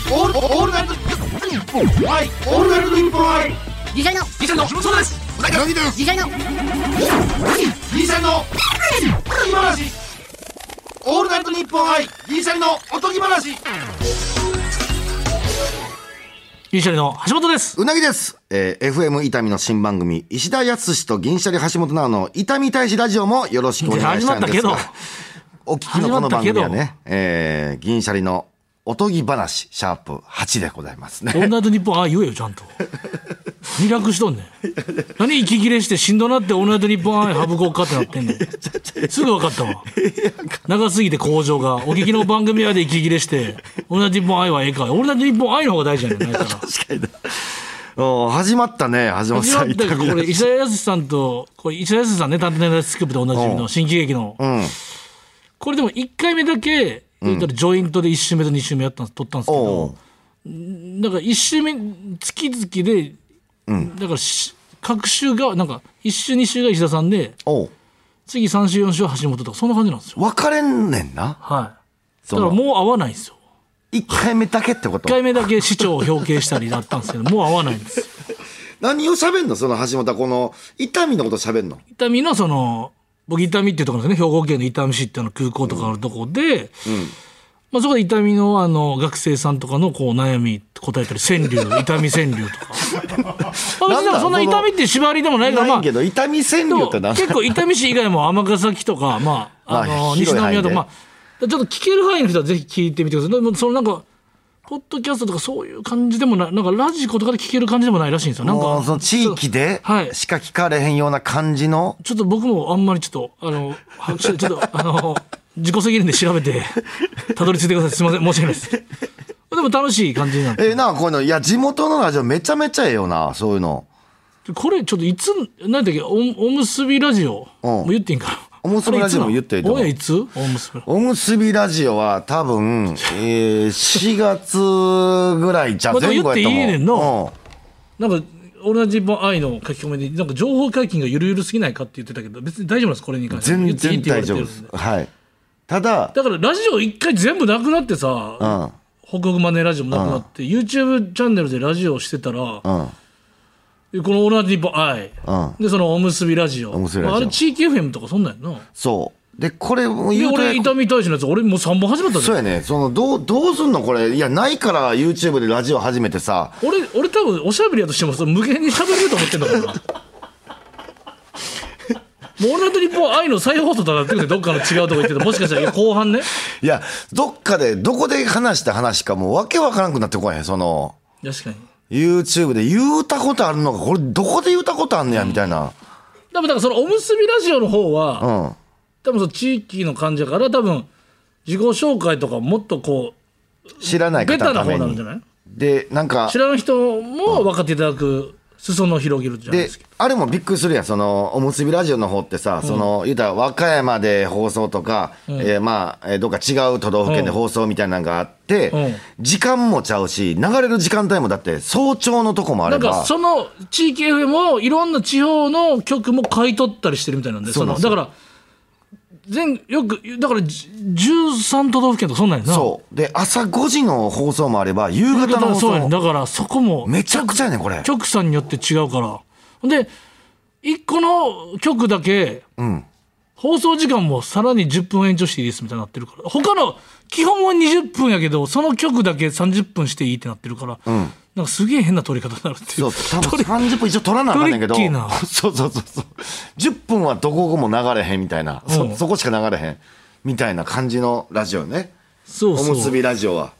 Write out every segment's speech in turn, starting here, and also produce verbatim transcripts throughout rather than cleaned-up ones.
オールオールナイトニッポン愛オールナイトニッポン愛ギリシャリのギリシャリのそうですうなぎですギリシャリのギリシャリの今話オールナイトニッポン愛ギリシャリのおとぎ話ギリシャリの橋本です。 うなぎです、えー、エフエム 伊丹の新番組石田康と銀シャリ橋本直の伊丹大使ラジオもよろしくお願いしたいんですが、お聞きのこの番組はね、えー、銀シャリのおとぎ話シャープはちでございますね。 オールナイトニッポンあ言えよちゃんとリラックスしとんねん。何息切れしてしんどなってオールナイトニッポンあ省こうかってなってんねん。すぐ分かったわ。長すぎて工場がお聞きの番組はで息切れしてオールナイトニッポンあはええか。オールナイトニッポンあの方が大事じゃないか。 確かにお始まったね。始まった始まったこれ石田康さんとこれ石田康さんね、探偵ナイトスクープでおなじみの新喜劇の、うん、これでもいっかいめだけ言ったらジョイントでいち週目とに週目やったん撮ったんですけど、だからいち週目月々で、うん、だから各週がなんかいち週に週が石田さんで次さん週よん週は橋本とかそんな感じなんですよ。 分かれんねんな。 はい。だからもう合わないんですよ。 いっかいめだけってこと。 いっかいめだけ市長を表敬したりだったんですけどもう合わないんですよ。 何を喋んのその橋本は。この伊丹のこと喋んの。 伊丹のその僕伊丹っていうところですね、兵庫県の伊丹市っていうの空港とかあるところで、うんうんまあ、そこで伊丹 の, あの学生さんとかのこう悩み答えたり川柳伊丹川柳とかまあ、でもそんな伊丹って縛りでもないから、まあ、 けど伊丹川柳って何結構伊丹市以外も尼崎とか、まああのまあ、西宮とか、まあ、ちょっと聞ける範囲の人はぜひ聞いてみてください。でもそのなんかポッドキャストとかそういう感じでもない、なんかラジコとかで聞ける感じでもないらしいんですよ。なんかその地域でしか聞かれへんような感じの、 はい、ちょっと僕もあんまりちょっとあのちょっとあの自己責任で調べてたどり着いてください。すみません、申し訳ないです。でも楽しい感じになって。 えー、なんかこういうのいや地元のラジオめちゃめちゃええよな。そういうのこれちょっといつ何だっけ お, おむすびラジオ、うん、もう言っていいんかな。 おむすびラジオも言っていいと思う。 いつおむすびおむすびラジオは多分、えー、しがつぐらいじゃ前後やと思う。言っていいねんの、うん、なんか同じ愛の書き込みでなんか情報解禁がゆるゆるすぎないかって言ってたけど別に大丈夫なんです。これに関して全然大丈夫です。はい。ただだからラジオ一回全部なくなってさ、うん、北国マネーラジオもなくなって、うん、YouTube チャンネルでラジオをしてたら、うんこのオールナイトニッポン愛、うん、でそのおむすびラジオ、ラジオあれ地域 エフエム とかそんなんやな。そうでこれも言うと俺伊丹大使のやつ俺もうさんぼん始まったで。 そうやね。そのどうどうすんのこれ。いやないから YouTube でラジオ始めてさ。 俺俺多分おしゃべりやとしてもそ無限にしゃべれると思ってんだからな。もうオールナイトニッポン愛の再放送となってくるどっかの違うとこ行ってたもしかしたらいや後半ね。 いやどっかでどこで話した話かもうわけわからんくなってこいへん。その確かに YouTube で言うたことあるのかこれどこで言うたことあんねやみたいな。 多分だからそのおむすびラジオの方は、うん、多分その地域の感じだから多分自己紹介とかもっとこう知らない方のためにベタな方なんじゃないでなんか知らない人も分かっていただく裾野を広げるじゃないですか。 であれもびっくりするやん。そのおむすびラジオの方ってさ、うん、その言うたら和歌山で放送とか、うんえー、まあどっか違う都道府県で放送みたいなのがあって、うん、時間もちゃうし流れる時間帯もだって早朝のとこもあればなんかその地域 エフエム をいろんな地方の局も買い取ったりしてるみたいなんで、そのだから全よくだからじゅうさん都道府県とかそんなんやな。 そうで朝ごじの放送もあれば夕方の放送そうやね。だからそこもめちゃくちゃやねこれ。 局さんによって違うからでいっこの局だけ、うん、放送時間もさらにじゅっぷん延長していいですみたいになってるから、他の基本はにじゅっぷんやけどその局だけさんじゅっぷんしていいってなってるから、うん、なんかすげえ変な撮り方になるっていう。 そう多分さんじゅっぷん一応撮らなあかんねんけどそうそうそうそうじゅっぷんはどこも流れへんみたいな、うん、そ, そこしか流れへんみたいな感じのラジオね。そうそうおむすびラジオは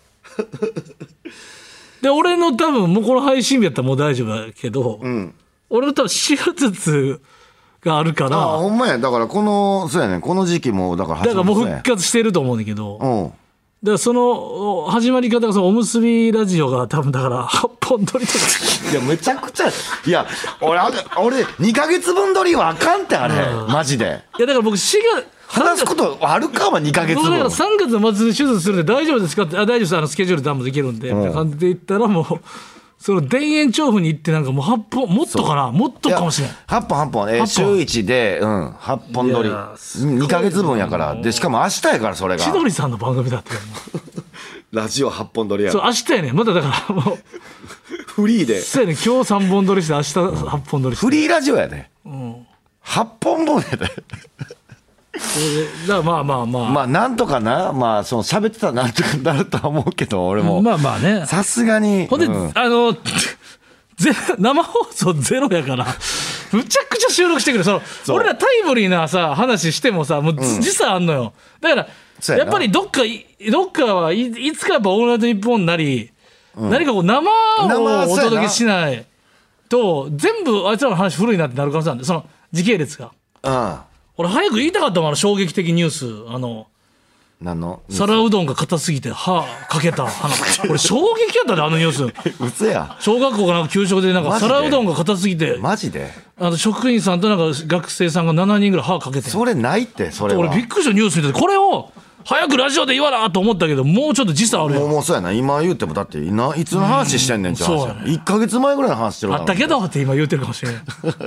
で俺の多分もうこの配信日やったらもう大丈夫だけど、うん、俺の多分しがつがあるから。 ああほんまや。だからこのそうやねこの時期もだからだからもう復活してると思うんだけど、うん、だからその始まり方がそのおむすびラジオが多分だからはっぽん撮りとかいやめちゃくちゃいや俺俺にかげつぶん撮りはあかんってあれ、うん、マジで。 いやだから僕しが話すことあるかはにかげつぶん。 だからさんがつの末に手術するんで大丈夫ですかって。あ大丈夫ですあのスケジュールで多分できるんで、うん、みたいな感じで言ったらもうその田園調布に行ってなんかもうはっぽんもっとかなもっとかもしれないはっぽんはっぽん、えー、週いちで、うん、はっぽん撮りにかげつぶんやからでしかも明日やからそれが千鳥さんの番組だってラジオはっぽん撮りやそう明日やねんまただからもうフリーでそうやねん今日さんぼん撮りして明日はっぽん撮りしてフリーラジオやで、 うん、 はっぽんぼんやでそれでだからまあまあまあまあなんとかなまあその喋ってたらなんとかなるとは思うけど俺もまあまあねさすがにほんで、 うん、 あのゼ生放送ゼロやからむちゃくちゃ収録してくるその俺らタイムリーなさ話してもさもう時差あんのよ、だからやっぱりどっかどっかはいいつかやっぱオールナイトニッポンなり、うん、何かこう生をお届けしないと全部あいつらの話古いなってなる可能性あるんでその時系列が、うん、俺早く言いたかったもんあの衝撃的ニュースあの何の皿うどんが硬すぎて歯かけたこれ衝撃やったであのニュース嘘や小学校かなんか給食でなんか皿うどんが硬すぎてマジであの職員さんとなんか学生さんがななにんぐらい歯かけてそれないってそれは俺びっくりしたニュース見ててこれを早くラジオで言わなと思ったけどもうちょっと時差あるよもうもうそうやな今言うてもだってないつの話してんねんって話、うんそうやね、いっかげつまえぐらいの話してるからあったけどって今言うてるかもしれない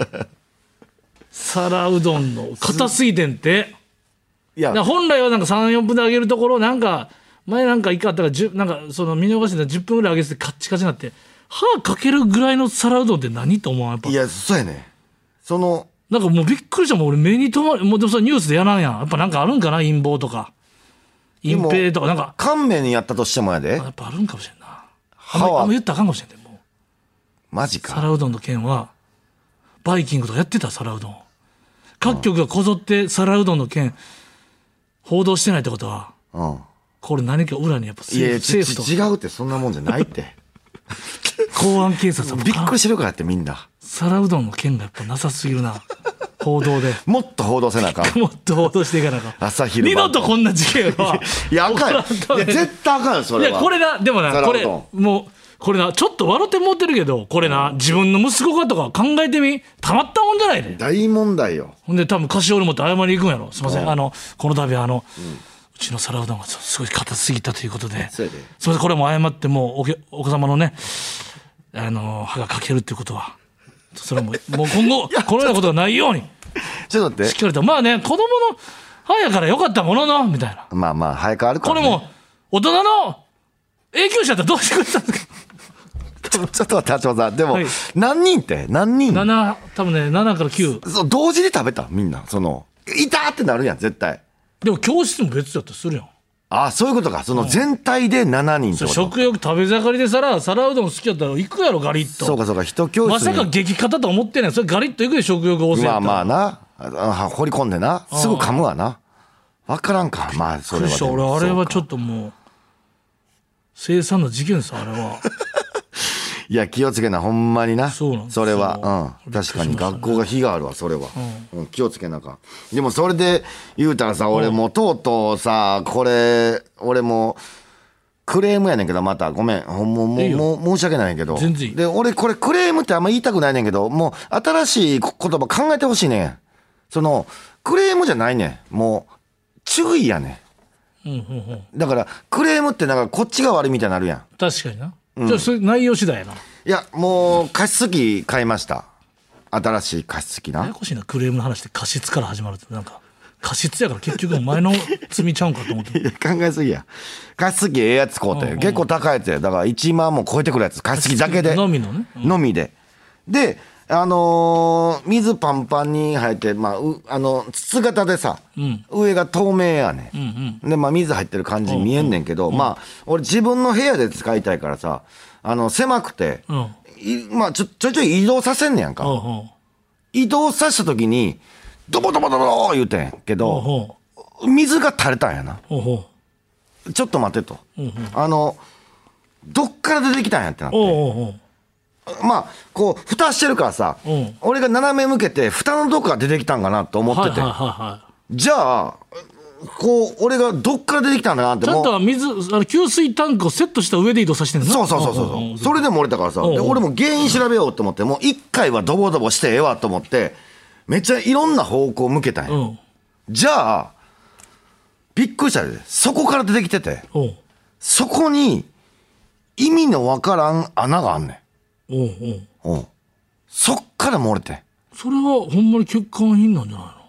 皿うどんの硬すぎてんっていや本来はなんかさん、よんぷんで揚げるところなんか前なんかいかったらなんかその見逃してじゅっぷんぐらい揚げてカッチカチになって歯かけるぐらいの皿うどんって何と思うやっぱいやそうやねそのなんかもうびっくりしたもん俺目に留まるもうでもそれニュースでやらんやんやっぱなんかあるんかな陰謀とか隠蔽とかなんか乾麺やったとしてもやでやっぱあるんかもしれんなあんまあんま言ったらあかんかもしれんねもうマジか皿うどんの件はバイキングとかやってた皿うどん各局がこぞって皿うどんの件報道してないってことは、うん、これ何か裏にやっぱ政府、政府と違うってそんなもんじゃないって公安警察はびっくりしてるからってみんな皿うどんの件がやっぱなさすぎるな報道でもっと報道せなあかんもっと報道していかなあかん朝昼二度とこんな事件はいやあかんいや絶対あかんよそれはいやこれなでもなこれもうこれなちょっと笑ってもってるけどこれな、うん、自分の息子がとか考えてみたまったもんじゃないで大問題よほんで多分菓子折り持って謝りに行くんやろすいません、うん、あのこの度あの、うん、うちの皿うどんがすごい硬すぎたということで、すみませんこれも謝ってもう お, お子様のねあの歯が欠けるっていうことはそれはもうもう今後このようなことがないようにちょっと待ってしっかりとまあね子供の歯やからよかったもののみたいなまあまあ早くあるから、ね、 これも大人の影響者だったらどうしてくれたんですかちょ, ちょっと待って橋本さんでも、はい、何人って何人なな多分ねななからきゅうそう同時に食べたみんなそのいたってなるやん絶対でも教室も別だったらするやんああそういうことかその全体でしちにんってこと食欲食べ盛りでさら皿うどん好きだったら行くやろガリッとそうかそうか一教室まさか激硬と思ってないそれガリッと行くで食欲旺盛やったらまあまあなあ掘り込んでなすぐ噛むわな分からんかまあそれは俺あれはちょっともう凄惨な事件ですあれはいや気をつけなほんまになそ, うなんそれは、うん、確かに学校が非があるわそれは、うんうん、気をつけなあかんでもそれで言うたらさ俺もうとうとうさこれ俺もクレームやねんけどまたごめんもうもうもう申し訳ないんやけど全然いいで俺これクレームってあんま言いたくないねんけどもう新しい言葉考えてほしいねんそのクレームじゃないねんもう注意やねん、うんうんうん、だからクレームってなんかこっちが悪いみたいになるやん確かになじゃあそれ内容次第やな、いやもう加湿器買いました新しい加湿器なややこしいなクレームの話で加湿から始まるってなんか加湿やから結局お前の罪みちゃうんかと思っていや考えすぎや加湿器ええやつ買うて、うんうん、結構高いやつやだからいちまんも超えてくるやつ加湿器だけでのみのね、 うん、のみでであのー、水パンパンに入って、まあ、うあの筒型でさ、うん、上が透明やね、うんうん、で、まあ、水入ってる感じに見えんねんけど、うんうん、まあ俺自分の部屋で使いたいからさあの狭くて、うんいまあ、ちょちょいちょい移動させんねやんか、うんうん、移動させた時にドボドボドボ言うてんけど、うんうん、水が垂れたんやな、うんうん、ちょっと待てと、うんうん、あのどっから出てきたんやってなって、うんうんまあこう蓋してるからさ、うん、俺が斜め向けて蓋のどこから出てきたんかなと思ってて、はいはいはいはい、じゃあこう俺がどっから出てきたんだなってちゃんと水あの給水タンクをセットした上で移動させてるのそうそうそうそう、うんうん、それで漏れたからさで俺も原因調べようと思ってもう一回はドボドボしてええわと思ってめっちゃいろんな方向向けたんや、うん、じゃあびっくりしたでそこから出てきてて、うん、そこに意味のわからん穴があんねんおうおうおうそっから漏れてそれはほんまに欠陥品なんじゃないの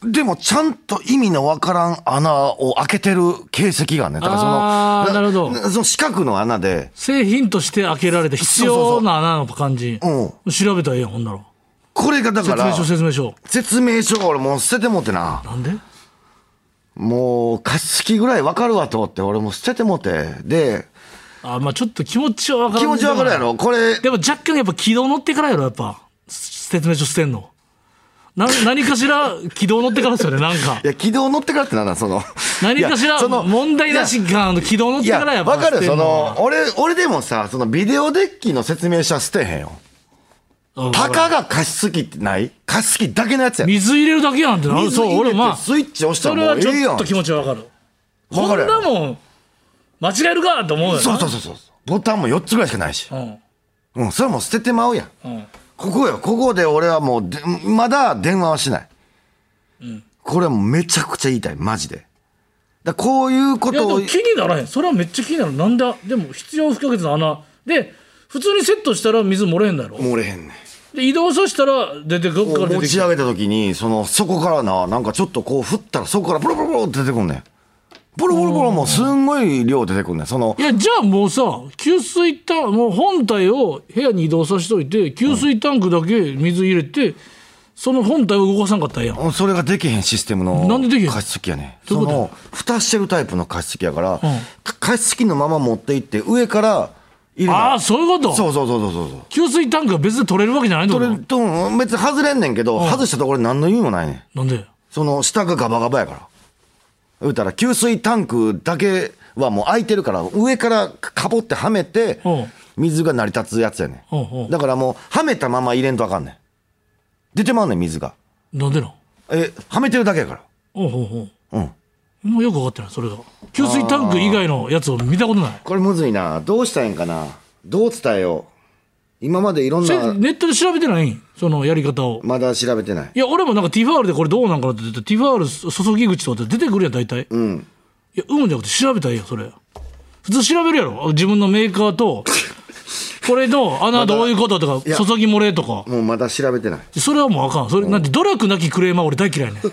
でもちゃんと意味のわからん穴を開けてる形跡がね。だからその、 あーなるほどその四角の穴で。 製品として開けられて必要な穴の感じ。 うん。 調べたらええやん、ほんなら。 これがだから、 説明書、説明書。 説明書が俺もう捨ててもってな。 なんでもう、加湿器ぐらいわかるわと思って、俺も捨ててもって。で、 あ、まあちょっと気持ちはわかる。 気持ちわかるやろこれ。 でも若干やっぱ軌道乗ってからやろ、やっぱ。説明書捨てんの。な何かしら軌道乗ってからですよね、なんか。 いや、軌道乗ってからってなんだ、その。 何かしら問題なしかの軌道乗ってからやっぱわかる、そ捨てんのはの、俺、俺でもさ、そのビデオデッキの説明書は捨てへんよ。 うんたかが加湿器ってない加湿器だけのやつや。 水入れるだけやんってなる。そう、 水入れて俺まあ、 スイッチ押したそらもうええやんれはちょっと。気持ちはわかる。こわかるやろんなもん、間違えるかと思うよな。 そうそうそうそう。ボタンもよっつぐらいしかないし。 うん。 うん、それもう捨ててまうやん。 うん。 ここよ、ここで俺はもうで、まだ電話はしない。これはもうめちゃくちゃ言いたい、マジで。だこういうこいや、でとを。 も気にならへん。それはめっちゃ気になる。なんだ、でも必要不可欠な穴。で、普通にセットしたら水漏れへんだろ。 漏れへんねん。 で、移動させたら出てくるから出持てきて。 ち上げた時にそのそこからななんかちょっとこう振ったらそこからボロボロボロって出てくんねんボロボロボロもうすんごい量出てくんねんそのいや、じゃあもうさ、給水タンク、もう本体を部屋に移動させといて、給水タンクだけ水入れて、その本体を動かさんかったらええやん。 それができへんシステムのなんでできへん加湿器やねどういうことその蓋してるタイプの加湿器やから、加湿器のまま持っていって上から入れなああ、そういうこと。 そうそうそうそうそうそう給水タンクが別で取れるわけじゃないんだそろ。 れと別に外れんねんけど、外したところに何の意味もないねんなんでその下がガバガバやから言うたら給水タンクだけはもう空いてるから上からかぼってはめてうん水が成り立つやつやねうんうんんだからもうはめたまま入れんとあかんねん出てまうねん水がなんでなんえはめてるだけやからおうおうおううんもうよく分かってない、それが。給水タンク以外のやつを見たことない。 これむずいなどうしたらいいんかなどう伝えよう今までいろんせなネットで調べてないんそのやり方を。 まだ調べてないいや、俺もなんかティファールでこれどうなんかなって言って、ティファール注ぎ口とかって出てくるやん、大体。 うんいや、うんじゃなくて調べたらいいやん、それ。普通調べるやろ、自分のメーカーと、これの穴どういうこととか、 いや注ぎ漏れとか。 もうまだ調べてないそれはもうあかん。それなんて努力なきクレーマー俺大嫌いねん。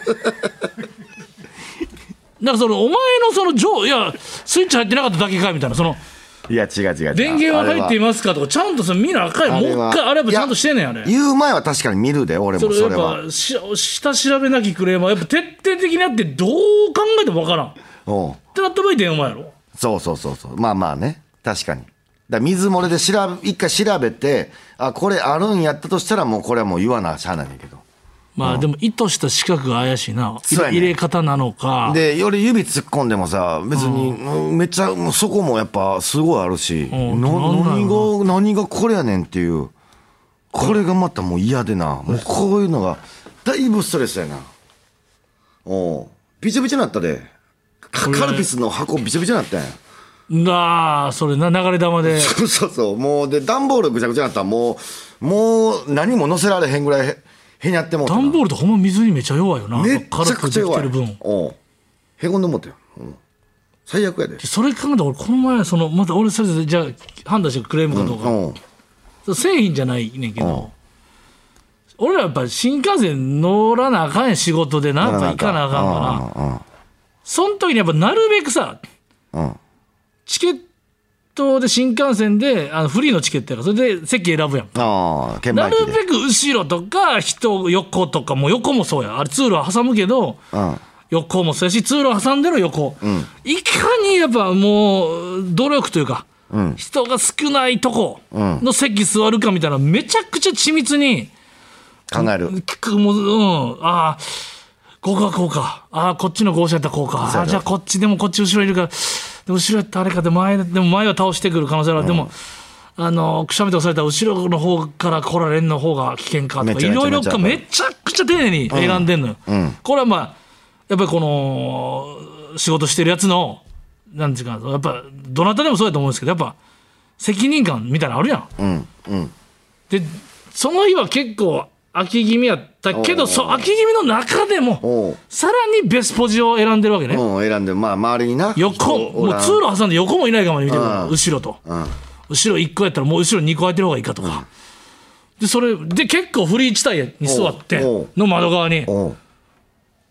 なんかそのお前のその上いやスイッチ入ってなかっただけかいみたいなそのいや違う違う違う電源は入っていまますかとかちゃんとその見なあかんよもう一回あれやっぱちゃんとしてんねんあれ。 言う前は確かに見るで俺もそれやっそれはぱし下調べなきクレーマーやっぱ徹底的にやってどう考えてもわからんっおうてなった場合電話やろ。 そうそうそうそうまあまあね確かにだから水漏れで調べ一回調べてあこれあるんやったとしたらもうこれはもう言わなしゃあないねんけどまあでも意図した四角が怪しいな入そうやねれ入れ方なのか。 でより指突っ込んでもさ別にうんめっちゃもうそこもやっぱすごいあるしなうんなんなんや何が何がこれやねんっていうこれがまたもう嫌でなもうこういうのがだいぶストレスやなおうびちゃびちゃなったでカカルピスの箱びちゃびちゃなったんやなあそれな流れ玉でそうそうそうもうで段ボールぐちゃぐちゃなったらもうもう何も乗せられへんぐらいへへにゃってもうてな段ボールとほんま水にめちゃ弱いよな。 めっちゃくちゃ弱い軽くできてる分おうへこんでもうてよ、うん最悪やでそれ考えたら俺この前そのまた俺それでじゃあ判断してクレームかどうか、 うんそう製品じゃないねんけど、俺らやっぱ新幹線乗らなあかんやん仕事でなやっぱ行かなあかんからその時にやっぱなるべくさうんうんチケットで新幹線であのフリーのチケットやからそれで席選ぶやん。 ああ券な売機でるべく後ろとか人横とかもう横もそうやあれ通路は挟むけどうん横もそうやし通路挟んでの横、いかにやっぱもう努力というか、人が少ないとこの席座るかみたいなめちゃくちゃ緻密に考える聞くもう、うん、ああここはこうかああこっちの号車やったらこうかああじゃあこっちでもこっち後ろいるからで後ろやったらあれかで前でも前は倒してくる可能性ある、うん、でもあのくしゃみとかされたら後ろの方から来られんの方が危険かとかいろいろかめちゃくちゃ丁寧に選んでんのよ、 うんうん、 これはまあやっぱりこの仕事してるやつのなんていうかやっぱどなたでもそうやと思うんですけどやっぱ責任感みたいなのあるやん、 うんうん、 でその日は結構空き気味やったけどそう空き気味の中でもさらにベスポジを選んでるわけね。 うん選んでまあ周りにな横もう通路挟んで横もいないかまで見てるから、 うん後ろと、 うん、 後ろいっこやったらもう後ろにこ空いてる方がいいかとか、うん、でそれで結構フリー地帯に座っておうの窓側におう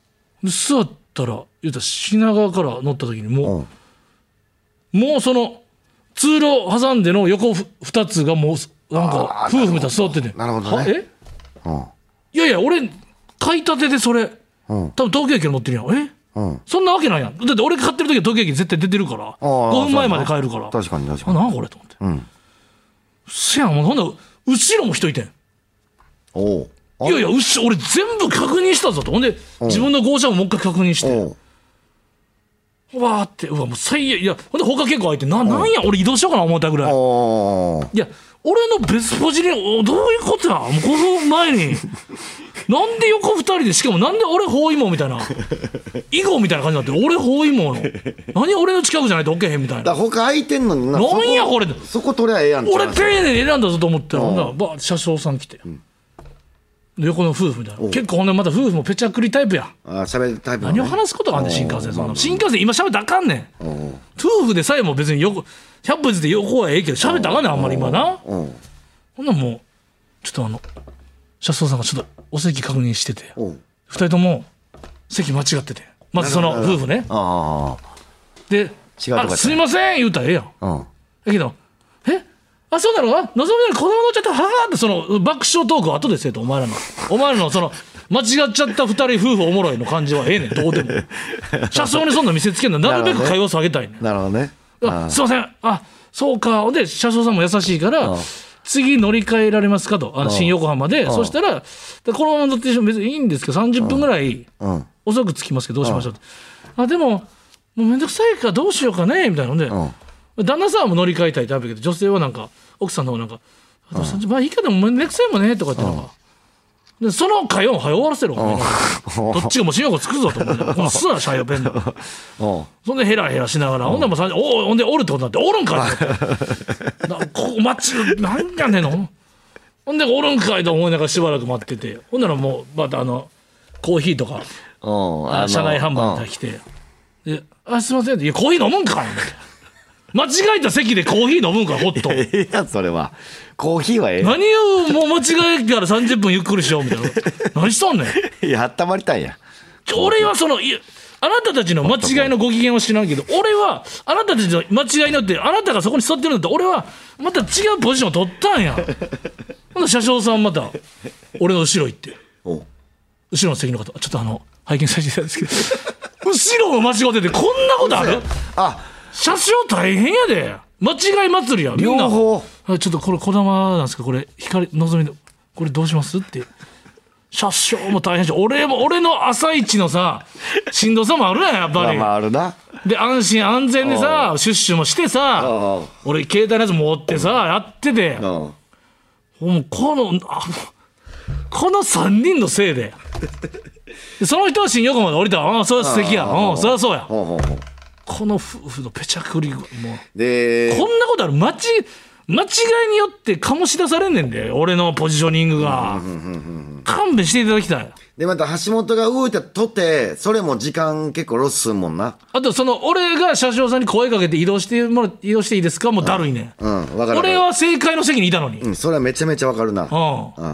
で座ったら言うたら品川から乗った時にもう、もうその通路挟んでの横ふたつがもうなんか夫婦みたいに座ってて、 なるほどね。 えうんいやいや俺買いたてでそれ、うん、多分東京駅に乗ってるやん。え、うん、そんなわけないやん。だって俺が買ってる時は東京駅に絶対出てるからごふんまえまで帰るから。 確かに確かに。 あ、なんこれと思って、うん、せやん。ほんなら後ろも人いてん。 おいやいやうし俺全部確認したぞと。ほんで自分の号車ももう一回確認して、うわーってうわもう最悪。いやほんで他結構空いてな、なんや俺移動しようかな思ったぐらい。いや俺のベスポジにおどういうことやもうごふんまえになんで横ふたりで、しかもなんで俺包囲網みたいな囲碁みたいな感じになってる。俺包囲網の何俺の近くじゃないと置けへんみたいな。 だ他空いてんのにな。 なんやこれそこ取りゃええやん。 俺丁寧に選んだぞと思ってほんならバー車掌さん来て、うん、横の夫婦みたいな。結構ほんでまた夫婦もペチャクリタイプや。 あ喋るタイプ、ね、 何を話すことがあんねん新幹線。そんな新幹線今喋ったらあかんねん。夫婦でさえも別に横ひゃっぷんずつで横はええけど喋ったらあかんねんあんまり今な。ほんならもうちょっとあの車掌さんがちょっとお席確認しててふたりとも席間違ってて、まずその夫婦ね。あであすいません言うたらええやん。だけどえあそうなの望みの子供乗っちゃったははってその爆笑トークは後でせえと。お前らのお前らのその間違っちゃったふたり夫婦おもろいの感じはええねんどうでも車掌にそんな見せつけんのなるべく会話下げたいねん。 なるほどね。 あすいませんあそうか。で車掌さんも優しいから次乗り換えられますかとあの新横浜で。そしたらでこのまま乗って別にいいんですけどさんじゅっぷんぐらい遅く着きますけどどうしましょうって。あでももうめんどくさいからどうしようかねみたいなので旦那さんも乗り換えたいってあるけど女性はなんか奥さんの方なんか「まあいいかでもめんどくさいもんね」とかってなんかでその会話も早終わらせろどっちがもう新横つくぞと思ってこのすな車用ペンでそんでヘラヘラしながらほんでもうおほんでおるってことになっておるんかいってなここ待ちなんやねんのほんでおるんかいと思いながらしばらく待っててほんならもうまたあのコーヒーとか車内販売に来てであすいませんって「いやコーヒー飲むんかい」間違えた席でコーヒー飲むんかホット。 いやいやそれはコーヒーはええ。 何をもう間違えからさんじゅっぷんゆっくりしようみたいな何しとんねん。 いや温まりたいや。 俺はそのいやあなたたちの間違いのご機嫌は知らんけど俺はあなたたちの間違いによってあなたがそこに座ってるんだって俺はまた違うポジションを取ったんや。ほんで車掌さんまた俺の後ろ行って後ろの席の方ちょっとあの拝見させていただいたんですけど後ろを間違っててこんなことある。あ車掌大変やで間違い祭りやみんな。 両方ちょっとこれこだまなんですかこれ光のぞみのこれどうしますって車掌も大変し俺も俺の朝一のさしんどさもあるやんやっぱり。 まああるな。 で安心安全でさシュッシュもしてさ俺携帯のやつ持ってさやっててもうこのあこのさんにんのせいでその人は新横浜で降りたらああそれは素敵やうんそりゃそうやこの夫婦のぺちゃくりもうでこんなことある間違間違いによって醸し出されんねんで俺のポジショニングが勘弁していただきたい。 でまた橋本が動いたとってそれも時間結構ロスするもんな。 あとその俺が車掌さんに声かけて移動してもら移動していいですかもうだるいね、うんうん、分かる俺は正解の席にいたのに、 うん、それはめちゃめちゃ分かるな。うん、うん、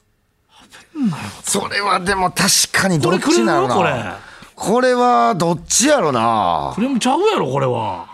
それはでも確かにどっちなのなこれこれはどっちやろな。 クレームちゃうやろこれは。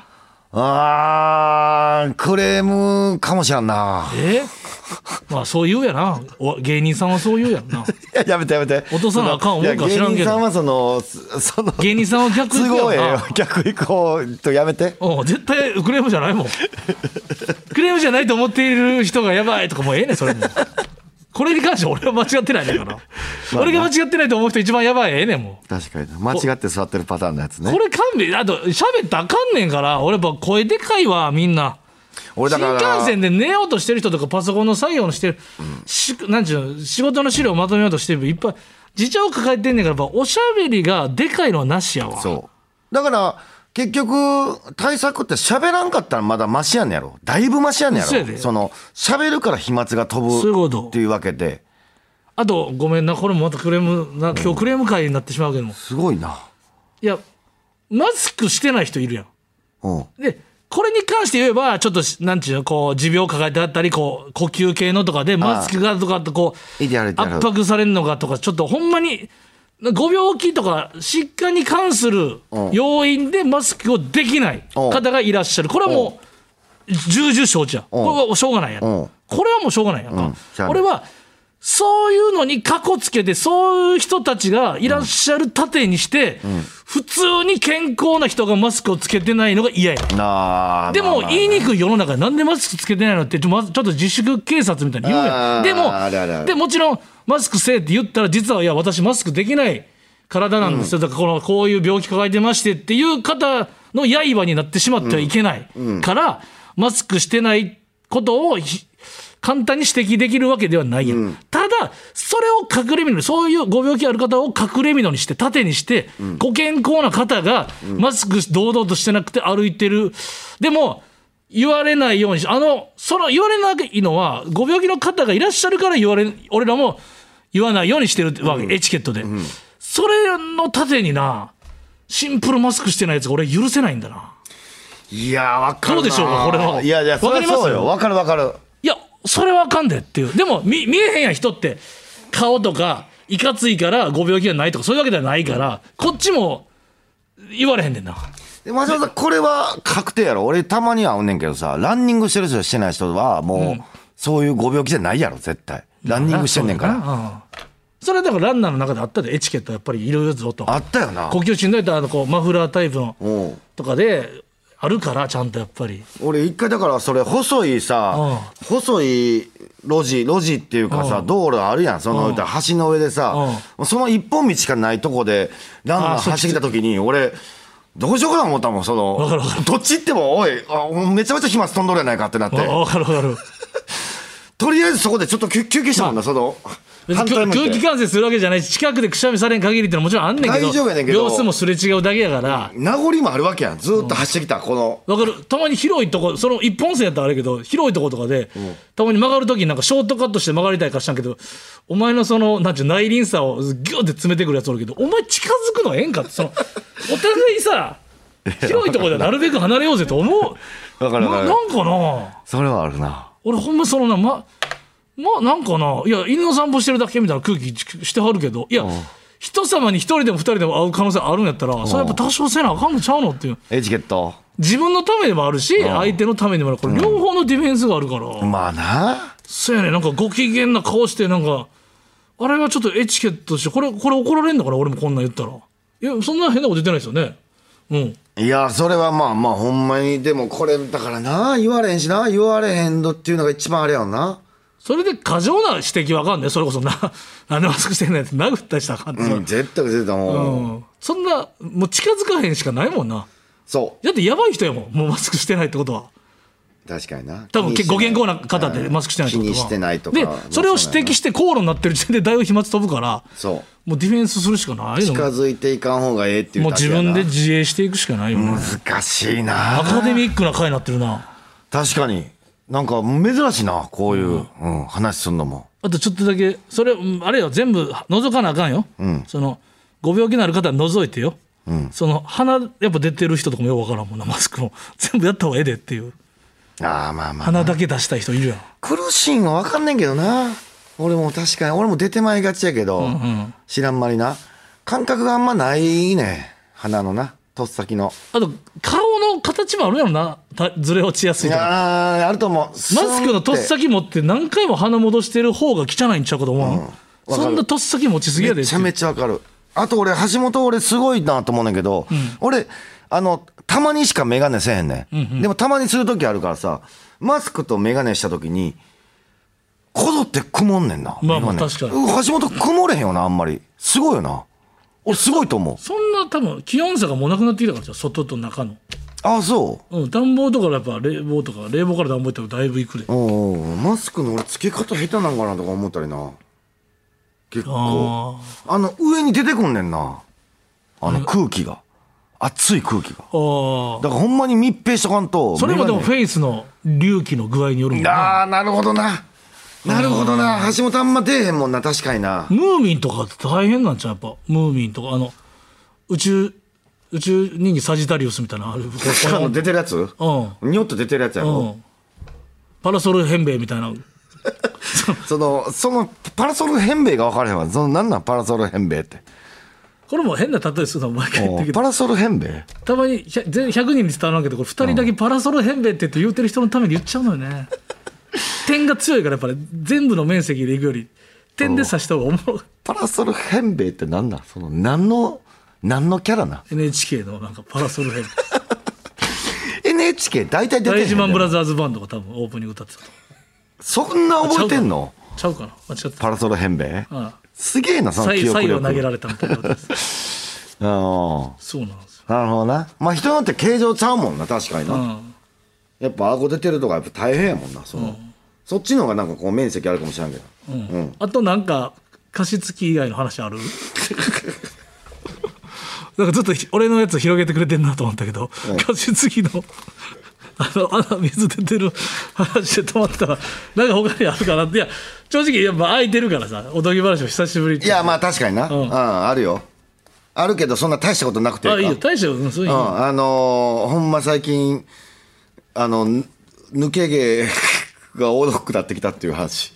あークレームかもしらんな。 えまあそう言うやな芸人さんはそう言うやんな。いややめてやめて落とさなあかん思うか知らんけど芸人さんはそのその芸人さんは逆行くよな。 逆行こうとやめて。 お絶対クレームじゃないもんクレームじゃないと思っている人がやばいとかもうええねんそれもこれに関して俺は間違ってないんだから、まあ、俺が間違ってないと思う人一番やばいええねんもう。 確かに間違って座ってるパターンのやつね。 これ勘弁あと喋ったらあかんねんから俺やっぱ声でかいわみんな。俺だから新幹線で寝ようとしてる人とかパソコンの作業のしてる、うん、しなんちゅう仕事の資料をまとめようとしてるいっぱい自重を抱えてんねんからやっぱおしゃべりがでかいのはなしやわ。 そうだから結局対策って喋らんかったらまだマシやねんやろ。だいぶマシやねんやろ。その喋るから飛沫が飛ぶっていうわけで。 あとごめんなこれもまたクレームな今日クレーム会になってしまうけども、うん、 すごいな。 いやマスクしてない人いるやん、うん、でこれに関して言えばちょっとなんていうのこう持病抱えてあったりこう呼吸系のとかでマスクがとかとこう圧迫されるのかとかちょっとほんまにご病気とか疾患に関する要因でマスクをできない方がいらっしゃる。これはもう重々承知や。これはしょうがないやん。これはもうしょうがないやんか。俺はそういうのにかこつけて、そういう人たちがいらっしゃる盾にして、普通に健康な人がマスクをつけてないのが嫌や。でも言いにくい世の中でなんでマスクつけてないのってちょっと自粛警察みたいに言うやん。でもでもちろんマスクせえって言ったら、実はいや私マスクできない体なんですよ、だからこのこういう病気抱えてましてっていう方の刃になってしまってはいけないから、マスクしてないことを簡単に指摘できるわけではないやん、うん、ただそれを隠れみのに、そういうご病気ある方を隠れみのにして盾にして、うん、ご健康な方がマスク堂々としてなくて歩いてる、でも言われないようにし、あのその言われないのはご病気の方がいらっしゃるから言われ、俺らも言わないようにしてるわけ、うん、エチケットで、うん、それの盾になシンプルマスクしてないやつが俺許せないんだな。 いや分かるな。 どうでしょうかこれの。 いやいやそれはそうよ、分かる分かる。 いやそれはあかんでっていう。でも 見, 見えへんやん人って、顔とかいかついからご病気がないとかそういうわけではないから、こっちも言われへんねんな。 で松本さんこれは確定やろ。俺たまには会うねんけどさ、ランニングしてる人してない人はもう、うん、そういうご病気じゃないやろ絶対。ランニングしてんねんから。そ, うん、 それはだからランナーの中であったで、エチケットやっぱりいろいろぞとあったよな。 呼吸しんどいとあのこうマフラータイプのとかであるから、ちゃんとやっぱり俺一回だからそれ細いさ、うん、細い路地路地っていうかさ、うん、道路あるやん、その、うん、橋の上でさ、うん、その一本道しかないとこでランナー走ってきた時に俺どうしようかな思ったもん。そのどっち行ってもおいあめちゃめちゃ飛沫飛んどるやないかってなって、 分かる分かるとりあえずそこでちょっと休憩したもんな、まあ、その空気感染するわけじゃないし、近くでくしゃみされん限りってのはもちろんあんねんけど、 大丈夫やねんけど様子もすれ違うだけやから、 名残もあるわけやん、ずっと走ってきた、うん、この分かる。たまに広いとこ、その一本線やったらあれけど広いとことかで、うん、たまに曲がるときになんかショートカットして曲がりたいかしたんけど、お前のそのなんちゅう内輪差をギューって詰めてくるやつおるけど、お前近づくのええんかって、そのお互いさ広いとこではなるべく離れようぜと思う分かる分かる。 なんかな、 それはあるな。 俺ほんまそのなままあなんかな、いや犬の散歩してるだけみたいな空気してはるけど、いや人様に一人でも二人でも会う可能性あるんやったら、それやっぱ多少せなあかんのちゃうのっていう。 エチケット自分のためでもあるし、相手のためにもある。これ両方のディフェンスがあるから、 うん、まあな。 そうやね、なんかご機嫌な顔してなんかあれはちょっとエチケットして、これこれ怒られんだから、俺もこんなん言ったら、いやそんな変なこと言ってないですよね。うん、 いやそれはまあまあほんまに。でもこれだからな、言われへんしな、言われへんのっていうのが一番あれやんな。 それで過剰な指摘はあかんね。それこそな、なんでマスクしてんねんって殴ったりしたらあかんね、 うん、絶対絶対もう、 うん、そんなもう近づかへんしかないもんな。 そうだってやばい人やもん、もうマスクしてないってことは。 確かにな。 多分ご健康な方でマスクしてないってことは、 気にしてないとかでそれを指摘して口論になってる時点でだいぶ飛沫飛ぶから、 そうもうディフェンスするしかないの。 近づいていかん方がええっていうもう自分で自衛していくしかないよね。 難しいな。 アカデミックな回になってるな。 確かになんか珍しいな、こういう、うんうん、話すんのも。 あとちょっとだけそれあれよ、全部覗かなあかんよ、うん、そのご病気のある方は覗いてよ、うん、その鼻やっぱ出てる人とかもよくわからんもんな、マスクも全部やった方がええでっていう。 ああまあまあ、 鼻だけ出したい人いるやん。 苦しいんは分かんねんけどな。俺も確かに俺も出てまいがちやけど、うんうん、知らんまりな感覚があんまないね、鼻のなとっさきの。あと顔の形もあるやろな、ずれ落ちやすいとか。 ああると思う。マスクのとっさき持って何回も鼻戻してる方が汚いんちゃうかと思う、うん、そんなとっさき持ちすぎやで。 めちゃめちゃ分かる。あと俺橋本俺すごいなと思うねんけど、うん、俺あのたまにしか眼鏡せえへんねん、うんうん、でもたまにする時あるからさ、マスクと眼鏡した時にこぞって曇んねんな。 まあまあ確かに橋本曇れへんよな、あんまり。すごいよな、俺すごいと思う。 そんな多分気温差がもうなくなってきたからじゃ、外と中の。 ああそう、 うん、暖房とかやっぱ冷房とか冷房から暖房いったらだいぶいくで。 おうマスクの俺つけ方下手なんかなとか思ったりな。結構 あ, あの上に出てくんねんな、あの空気が、熱い空気が。あだからほんまに密閉しとかんと。 それもでもフェイスの隆起の具合によるもんな。 ああなるほどな、なるほどな。橋本あんま出えへんもんな、確かにな。 ムーミンとかって大変なんちゃう、やっぱムーミンとかあの宇宙宇宙人間サジタリウスみたいなあるあの出てるやつ、うん、にょっと出てるやつやろ、うん、 パラソルヘンベイみたいなそのそのパラソルヘンベイが分からへんわ。そのなんなんパラソルヘンベイって。 これも変な例えするの毎回言ってるけど、 パラソル変兵衛たまにひゃ全ひゃくにんに伝わらんけど、これふたりだけパラソル変兵衛って言って言うてる人のために言っちゃうのよね。点が強いからやっぱり全部の面積でいくより点で刺した方がおもろい。 パラソル変兵衛って何だ、その何の何のキャラな。 エヌエイチケー のなんかパラソル変兵衛エヌエイチケー 大体出て大へん事マンブラザーズバンドが多分オープニング歌ってた。 そんな覚えてんの。 ちゃうかな、間違ってた。 パラソル変兵衛、 ああすげえなその記憶サイ力。 を投げられたみたいなことです。 ああ、 そうなんですよ。 なるほどな。まあ人によって形状ちゃうもんな、確かにな、 うんやっぱ顎出てるとかやっぱ大変やもんな、その、そっちの方がなんかこう面積あるかもしれんけど、 うんうんあとなんか加湿器以外の話ある？なんかずっと俺のやつ広げてくれてんなと思ったけど、 うん加湿器のあの穴水出てる話で止まったらなんか他にあるかなって。いや正直やっぱ空いてるからさ、おとぎ話も久しぶりっていやまあ確かにな、 うんうん、あるよ、あるけどそんな大したことなくてあいいよ大したことそういううのん、あのーほんま最近あのぬ抜け毛が多くなってきたっていう話。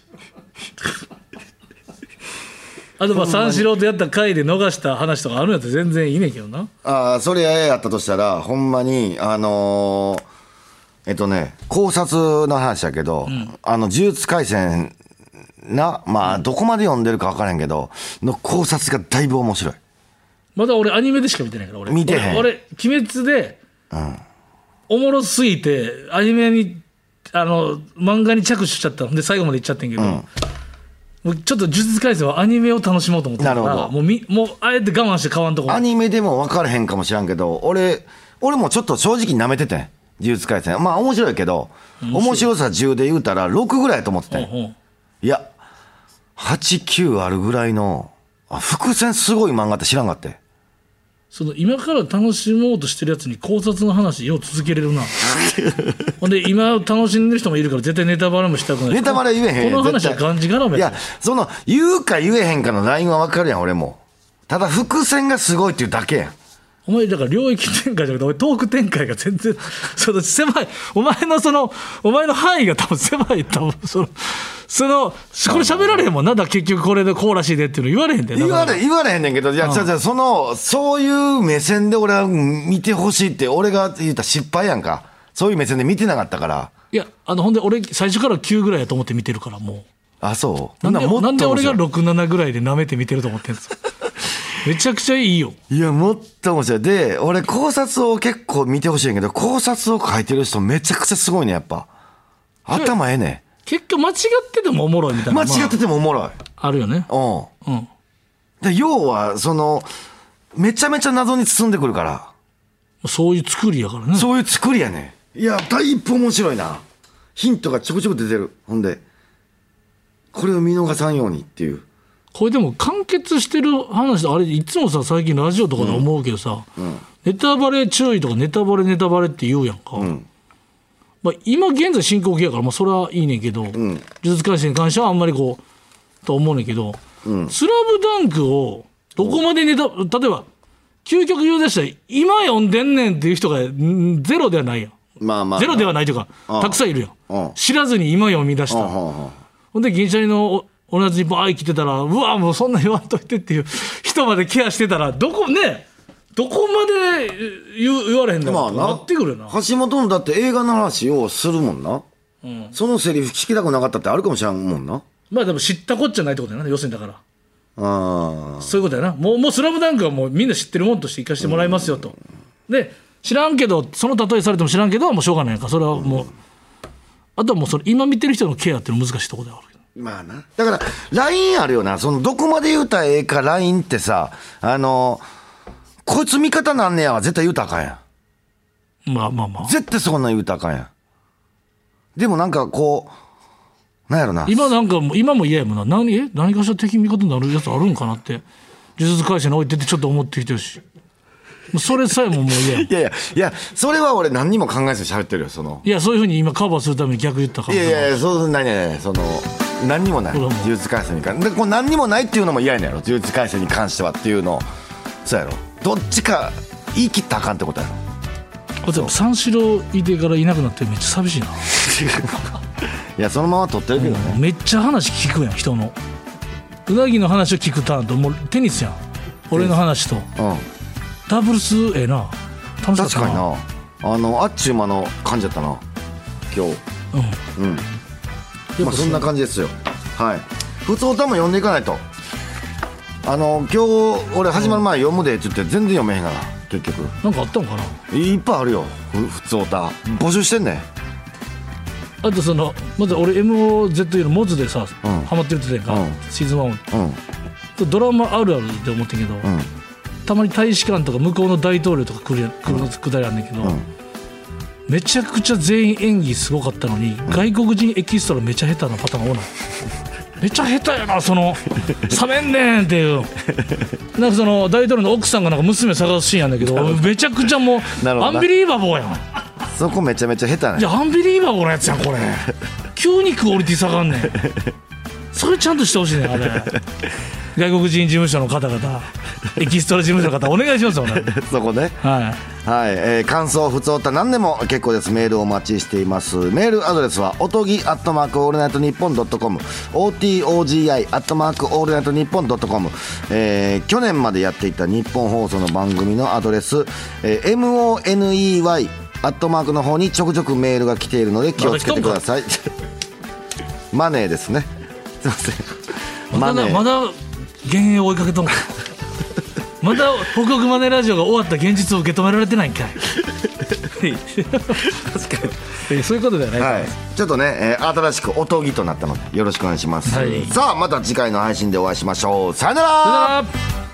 あとまあ三四郎とやった回で逃した話とかあるんやったら全然いいねんけどな。 ああそれやったとしたらほんまにあのーえっとね考察の話だけど、あの呪術廻戦な、まあどこまで読んでるか分からへんけどの考察がだいぶ面白い。 まだ俺アニメでしか見てないから。俺見てへん俺俺鬼滅で、おもろすぎてアニメにあの漫画に着手しちゃったんで最後までいっちゃってんけど、もうちょっと呪術廻戦はアニメを楽しもうと思ってたからなるほどもうみもうあえて我慢して買わんとこ。 アニメでも分からへんかもしらんけど俺俺もちょっと正直なめててん呪術廻戦。まあ面白いけど面白さじゅうで言うたらろくぐらいやと思っててん。 うんうんいやはちきゅうあるぐらいのあ伏線すごい漫画って知らんかって。 その今から楽しもうとしてるやつに考察の話よう続けれるな。ほんで今楽しんでる人もいるから絶対ネタバレもしたくない。 ネタバレ言えへんこの話は絶対がんじがらめやいやその言うか言えへんかのラインは分かるやん俺も。ただ伏線がすごいっていうだけやん。 お前だから領域展開じゃなくて俺トーク展開が全然その狭いお前のそのお前の範囲が多分狭い。多分そのそのこれ喋られへんもんな。だから結局これでこうらしいでっていうの言われへんで。 言われ言われへんねんけどいや、うん、じゃじゃそのそういう目線で俺は見てほしいって俺が言った失敗やんか。そういう目線で見てなかったから。 いやあのほんで俺最初からきゅうぐらいやと思って見てるからもう。 あそうなんでもっとなんで俺がろくななぐらいで舐めて見てると思ってんですか。めちゃくちゃいいよ。 いやもっと面白い。で俺考察を結構見てほしいんやけど考察を書いてる人めちゃくちゃすごいねやっぱ。頭ええね。 結局間違っててもおもろいみたいな。 間違っててもおもろい、まあ、 あるよね。 うん、 うん、 で要はそのめちゃめちゃ謎に包んでくるからそういう作りやからね。 そういう作りやね。いやだいぶ面白いな。ヒントがちょこちょこ出てる。ほんでこれを見逃さんようにっていう。 これでも完結してる話であれいつもさ最近ラジオとかで思うけどさ、うんうん、ネタバレ注意とかネタバレネタバレって言うやんか、うんまあ、今現在進行形やからまあそれはいいねんけど、うん、呪術廻戦に関してはあんまりこうと思うねんけど、うん、スラムダンクをどこまでネタ例えば究極言う出したら今読んでんねんっていう人がゼロではないやん、まあまあまあ、ゼロではないというかたくさんいるやん。知らずに今読み出したほんで銀シャリの同じ日本愛来てたらうわもうそんな言わんといてっていう人までケアしてたらどこねどこまで 言, 言われへんだろうとなってくるな。 橋本のだって映画の話をするもんな、うん、そのセリフ聞きたくなかったってあるかもしれんもんな。 まあでも知ったこっちゃないってことやな要するに。だからあそういうことやな。もうもうスラムダンクはもうみんな知ってるもんとして行かせてもらいますよと、うん、で知らんけどその例えされても知らんけどもうしょうがないからそれはもう、うん、あとはもうそれ今見てる人のケアっていうの難しいところではあるけどまあな。だから ライン あるよな。そのどこまで言うたらええか ライン ってさあのこいつ味方なんねやは絶対言うたらあかんやん。まあまあまあ絶対そんなん言うたらあかんやん。でもなんかこうなんやろな今なんか今も嫌やもんな。何え何かしら敵味方になるやつあるんかなって呪術廻戦に置いててちょっと思ってきてるしそれさえももう嫌やいやいやいやそれは俺何にも考えずに喋ってるよ。そのいやそういうふうに今カバーするために逆言ったからいやいやいやそうないないないその何にもない呪術廻戦に関してこう何にもないっていうのも嫌やねんやろ呪術廻戦に関してはっていうのそうやろどっちか言い切ったらあかんってことやろ。 あでも三四郎いてからいなくなってめっちゃ寂しいな。 いやそのまま撮ってるけどね、 うん、めっちゃ話聞くやん人のうなぎの話を聞くターンともうテニスやん俺の話とうんダブルスええな楽しかったな。 確かになあのあっちゅう間の感じだったな今日うんうんまあそんな感じですよ。はい普通歌も読んでいかないとあの今日俺始まる前読むでって言って全然読めへんから結局なんかあったのかな。 いっぱいあるよふ普通歌募集してんねん。 あとそのまず俺 エムオーゼットユー のモズでさ、 うんハマってるって言ってんか、 うんシーズンワンうんドラマあるあるって思ってんけど、 うんたまに大使館とか向こうの大統領とか来るや来るのくだりあんねんけど、 うんめちゃくちゃ全員演技すごかったのに、うん、外国人エキストラめちゃ下手なパターンが多ないめちゃ下手やなその冷めんねんっていうなんかその大統領の奥さんがなんか娘探すシーンやんだけどめちゃくちゃもうアンビリーバボーやん。 そこめちゃめちゃ下手ね。 いやアンビリーバボーのやつやんこれ急にクオリティ下がんねんそれちゃんとしてほしいねんあれ外国人事務所の方々エキストラ事務所の方お願いしますよねそこねはいはい、えー、感想ふつおた何でも結構です。メールをお待ちしています。メールアドレスはおとぎアットマークオールナイトニッポンドットコム オーティーオージーアイ アットマークオールナイトニッポンドットコム、えー、去年までやっていた日本放送の番組のアドレス、えー、エムオーエヌイーワイ アットマークの方にちょくちょくメールが来ているので気をつけてくださいマネーですねすいませんまだまだ幻影を追いかけとんかまだ北国マネーラジオが終わった現実を受け止められてないんかい確かにそういうことではない、 はい、ちょっとね、えー、新しくおとぎとなったのでよろしくお願いします、はい、さあまた次回の配信でお会いしましょう。さよなら。 さよなら。